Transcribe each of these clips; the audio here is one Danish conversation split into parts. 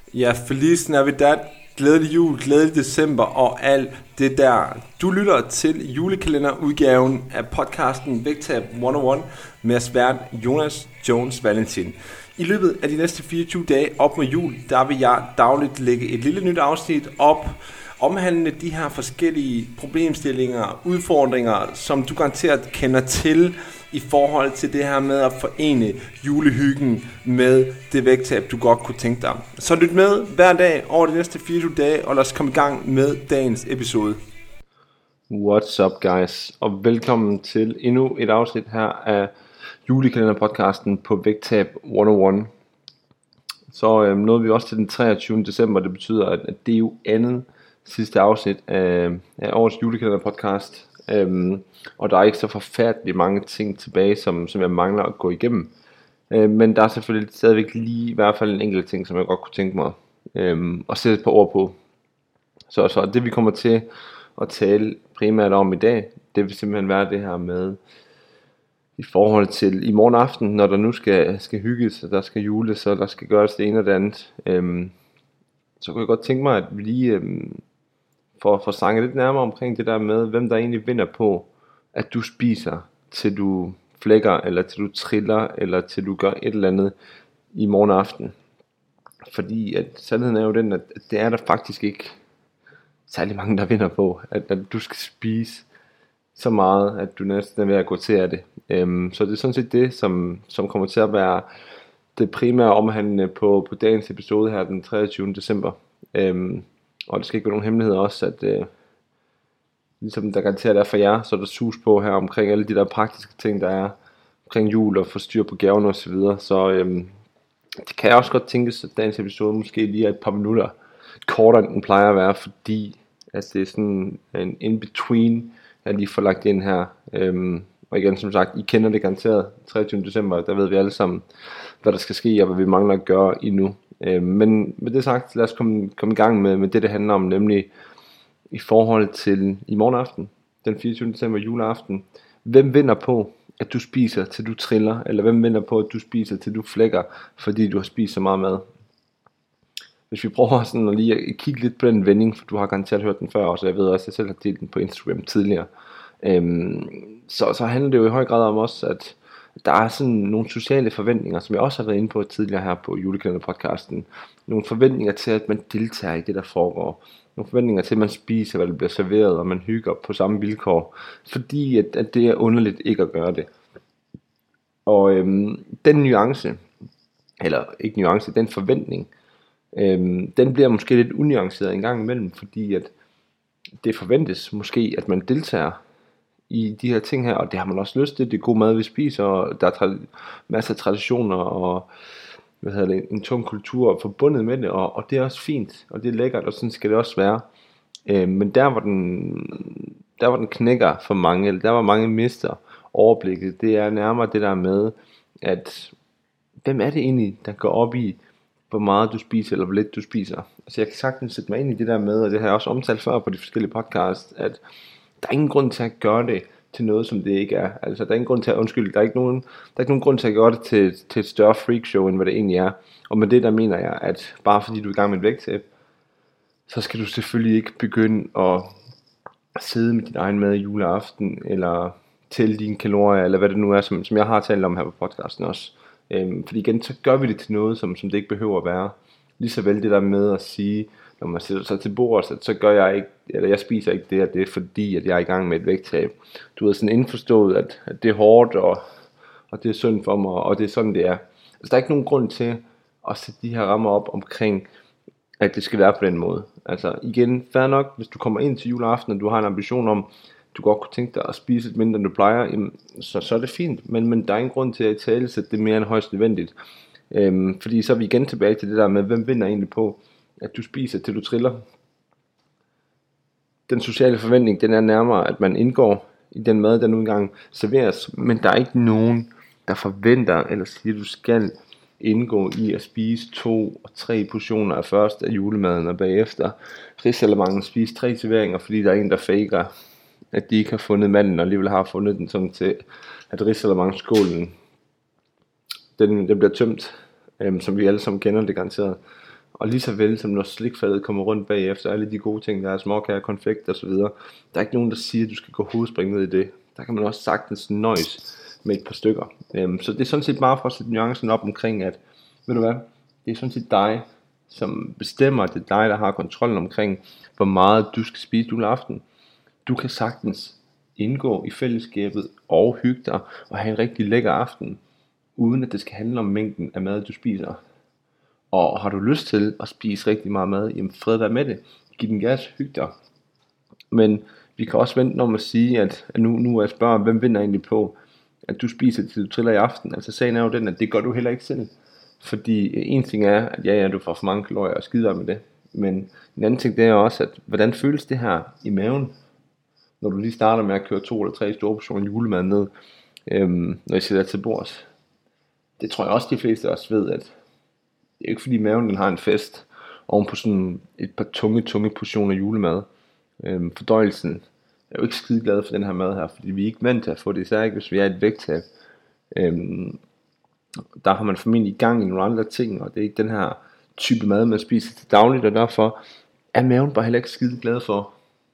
Ja, Feliz Navidad, glædelig jul, glædelig december og alt det der. Du lytter til julekalenderudgaven af podcasten Vægtab 101 med vært Jonas Jones Valentin. I løbet af de næste 24 dage op mod jul, der vil jeg dagligt lægge et lille nyt afsnit op, omhandlende de her forskellige problemstillinger, udfordringer, som du garanteret kender til i forhold til det her med at forene julehyggen med det vægttab, du godt kunne tænke dig. Så lyt med hver dag over de næste 24 dage, og lad os komme i gang med dagens episode. What's up guys, og velkommen til endnu et afsnit her af julekalenderpodcasten på Vægtab 101. Så nåede vi også til den 23. december, det betyder, at det er jo andet sidste afsnit af årets julekalenderpodcast. Og der er ikke så forfærdeligt mange ting tilbage, som jeg mangler at gå igennem. Men der er selvfølgelig stadigvæk lige i hvert fald en enkelt ting, som jeg godt kunne tænke mig at sætte et par ord på. Så det vi kommer til at tale primært om i dag, det vil simpelthen være det her med i forhold til i morgen aften, når der nu skal hygges, og der skal jules, og der skal gøres det ene og det andet. Så kunne jeg godt tænke mig, at vi lige får snakket lidt nærmere omkring det der med, hvem der egentlig vinder på, at du spiser, til du flækker, eller til du triller, eller til du gør et eller andet i morgen aften. Fordi at sandheden er jo den, at det er der faktisk ikke særlig mange, der vinder på, at du skal spise så meget, at du næsten er ved at gå til af det. Så det er sådan set det, som kommer til at være det primære omhandlende på dagens episode her den 23. december. Og det skal ikke være nogen hemmelighed også, at ligesom der garanteret er for jer, så er der sus på her omkring alle de der praktiske ting, der er omkring jul og få styr på gaverne osv. Så det kan jeg også godt tænkes, at dagens episode måske lige er et par minutter kortere, end den plejer at være, fordi at det er sådan en in-between, jeg lige får lagt ind her. Og igen, som sagt, I kender det garanteret 23. december, der ved vi alle sammen, hvad der skal ske, og hvad vi mangler at gøre endnu. Men med det sagt, lad os komme i gang med det handler om, nemlig i forhold til i morgen aften, den 24. december juleaften. Hvem vinder på, at du spiser, til du triller, eller hvem vinder på, at du spiser, til du flækker, fordi du har spist så meget mad? Hvis vi prøver sådan at lige at kigge lidt på den vending, for du har garanteret hørt den før, og så jeg ved også, at jeg selv har delt den på Instagram tidligere. Så handler det jo i høj grad om også, at der er sådan nogle sociale forventninger, som jeg også har været inde på tidligere her på julekalenderpodcasten. Nogle forventninger til, at man deltager i det, der foregår. Nogle forventninger til, at man spiser, hvad der bliver serveret, og man hygger på samme vilkår. Fordi at det er underligt ikke at gøre det. Og den nuance, eller ikke nuance, den forventning, den bliver måske lidt unuanceret en gang imellem, fordi at det forventes måske, at man deltager i de her ting her, og det har man også lyst til. Det er god mad, vi spiser, og der er masser af traditioner, og en tung kultur forbundet med det, og det er også fint, og det er lækkert, og sådan skal det også være. Men der hvor den knækker for mange, eller der hvor mange mister overblikket, det er nærmere det der med, at hvem er det egentlig, der går op i, hvor meget du spiser, eller hvor lidt du spiser. Altså jeg kan sagtens sætte mig ind i det der med, og det har jeg også omtalt før på de forskellige podcasts, at der er ingen grund til at gøre det til noget, som det ikke er. Altså der er ingen grund til at, der er ikke nogen grund til at gøre det til et større freakshow, end hvad det egentlig er. Og med det der mener jeg, at bare fordi du er i gang med et vægttab, så skal du selvfølgelig ikke begynde at sidde med din egen mad i juleaften, eller tælle dine kalorier, eller hvad det nu er, som jeg har talt om her på podcasten også. Fordi igen, så gør vi det til noget, som det ikke behøver at være. Ligeså vel det der med at sige, når man sætter sig til bordet, så gør jeg ikke, eller jeg spiser ikke det og det, fordi at jeg er i gang med et vægttab. Du ved, sådan indforstået, at det er hårdt, og det er synd for mig, og det er sådan det er. Altså der er ikke nogen grund til at sætte de her rammer op omkring, at det skal være på den måde. Altså igen, fair nok, hvis du kommer ind til juleaften, og du har en ambition om, du godt kunne tænke dig at spise lidt mindre, end du plejer, jamen, så er det fint, men der er ingen grund til at italesætte det mere end højst nødvendigt. Fordi så er vi igen tilbage til det der med, hvem vinder egentlig på, at du spiser, til du triller. Den sociale forventning, den er nærmere, at man indgår i den mad, der nu engang serveres, men der er ikke nogen, der forventer, eller siger, at du skal indgå i at spise 2 og 3 portioner af først af julemaden, og bagefter rigsalamangen spise 3 serveringer, fordi der er en, der faker, at de ikke har fundet manden, og alligevel har fundet den sådan til, at rigsalamangen-skålen, den bliver tømt, som vi alle sammen kender det garanteret. Og lige så vel som når slikfadet kommer rundt bagefter, alle de gode ting, der er småkager, konfekt og så videre, der er ikke nogen, der siger, at du skal gå hovedspring ned i det. Der kan man også sagtens nøjes med et par stykker. Så det er sådan set bare for at sætte nuancen op omkring, at ved du hvad, det er sådan set dig, som bestemmer, det er dig, der har kontrollen omkring, hvor meget du skal spise juleaften. Du kan sagtens indgå i fællesskabet og hygge dig og have en rigtig lækker aften, uden at det skal handle om mængden af mad, du spiser. Og har du lyst til at spise rigtig meget mad, jamen fred være med det. Giv den gas, hygge dig. Men vi kan også vente om at sige, at nu er jeg spørger, hvem vinder egentlig på, at du spiser til du triller i aften. Altså sagen er jo den, at det gør du heller ikke selv. Fordi en ting er, at ja, du får for mange kalorier og skider med det. Men en anden ting det er også, at hvordan føles det her i maven, når du lige starter med at køre 2 eller 3 store portioner julemad ned, når I sidder til bords. Det tror jeg også de fleste af os ved, at det er ikke fordi maven den har en fest oven på sådan et par tunge portioner julemad. Fordøjelsen er jo ikke skide glad for den her mad her, fordi vi er ikke vant til at få det, især ikke hvis vi er et vægttab. Der har man formentlig i gang i nogle andre ting, og det er ikke den her type mad man spiser til dagligt, og derfor er maven bare heller ikke skide glad for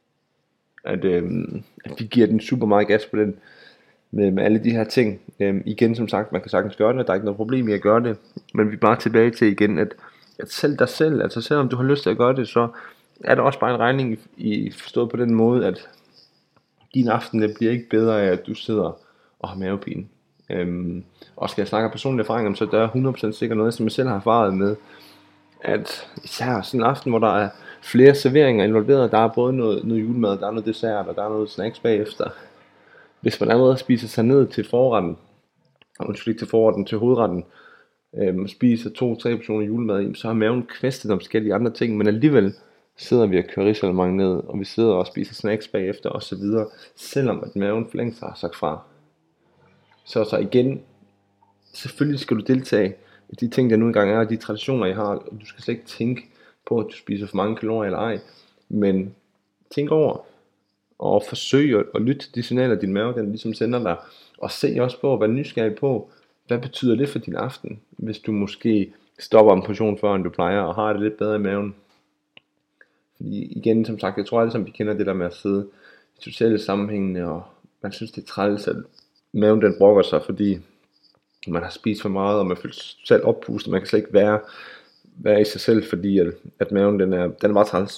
at vi giver den super meget gas på den med alle de her ting. Igen som sagt, man kan sagtens gøre det, der er ikke noget problem i at gøre det, men vi er bare tilbage til igen, at selv dig selv, altså selvom du har lyst til at gøre det, så er der også bare en regning i forstået på den måde, at din aften det bliver ikke bedre af, at du sidder og har mavepine. Og skal jeg snakke af personlig erfaring, så der er 100% sikkert noget, som jeg selv har erfaret med, at især sådan en aften, hvor der er flere serveringer involveret, der er både noget julemad, der er noget dessert, og der er noget snacks bagefter. Hvis man allerede spiser sig ned til forretten, og man ikke til forretten, til hovedretten, spiser 2-3 portioner julemad, så har maven kvæstet om forskellige andre ting, men alligevel sidder vi og kører risalemang ned, og vi sidder og spiser snacks bagefter og så videre, selvom at maven for længst har sagt fra. Så igen, selvfølgelig skal du deltage i de ting, der nu engang er, og de traditioner, I har, og du skal slet ikke tænke på, at du spiser for mange kalorier eller ej, men tænk over, og forsøg at lytte til de signaler, din mave den ligesom sender dig, og se også på, hvad nysgerrig på, hvad betyder det for din aften, hvis du måske stopper en portion før, end du plejer, og har det lidt bedre i maven. Fordi igen, som sagt, jeg tror alle sammen, vi kender det der med at sidde i sociale sammenhængende, og man synes det er træls, at maven den brokker sig, fordi man har spist for meget, og man føler sig selv oppustet, man kan slet ikke være i sig selv, fordi at maven den er bare træls.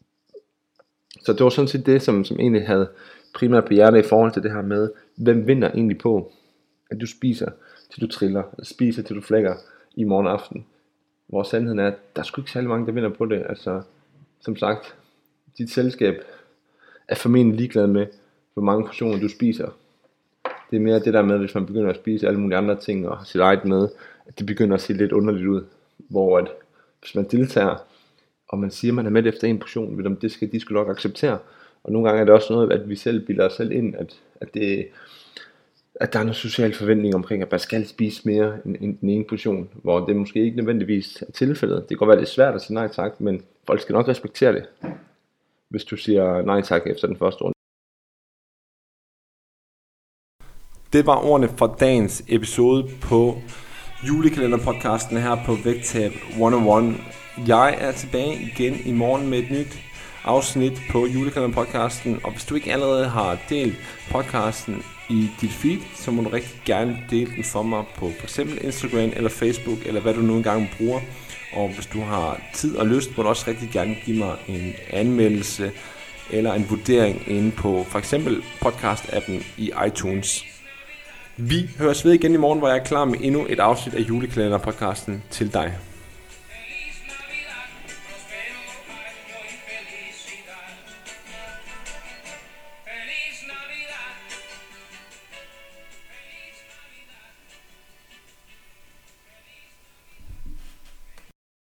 Så det var sådan set det, som egentlig havde primært på hjertet i forhold til det her med, hvem vinder egentlig på, at du spiser til du triller, eller spiser til du flækker i morgen aften. Hvor sandheden er, at der er sgu ikke særlig mange, der vinder på det. Altså, som sagt, dit selskab er formentlig ligeglad med, hvor mange portioner du spiser. Det er mere det der med, hvis man begynder at spise alle mulige andre ting, og har sit eget med, at det begynder at se lidt underligt ud. Hvor at, hvis man deltager, og man siger, at man er med efter en portion, ved de skal nok acceptere. Og nogle gange er det også noget, at vi selv bilder os selv ind, at der er noget social forventning omkring, at man skal spise mere end den ene portion, hvor det måske ikke nødvendigvis er tilfældet. Det kan godt være, det er svært at sige nej tak, men folk skal nok respektere det, hvis du siger nej tak efter den første runde. Det var ordene for dagens episode på julekalenderpodcasten her på Vægttab 101. Jeg er tilbage igen i morgen med et nyt afsnit på julekalenderpodcasten, og hvis du ikke allerede har delt podcasten i dit feed, så må du rigtig gerne dele den for mig på f.eks. Instagram eller Facebook, eller hvad du nu engang bruger. Og hvis du har tid og lyst, må du også rigtig gerne give mig en anmeldelse eller en vurdering inde på f.eks. podcast-appen i iTunes. Vi høres ved igen i morgen, hvor jeg er klar med endnu et afsnit af julekalenderpodcasten til dig.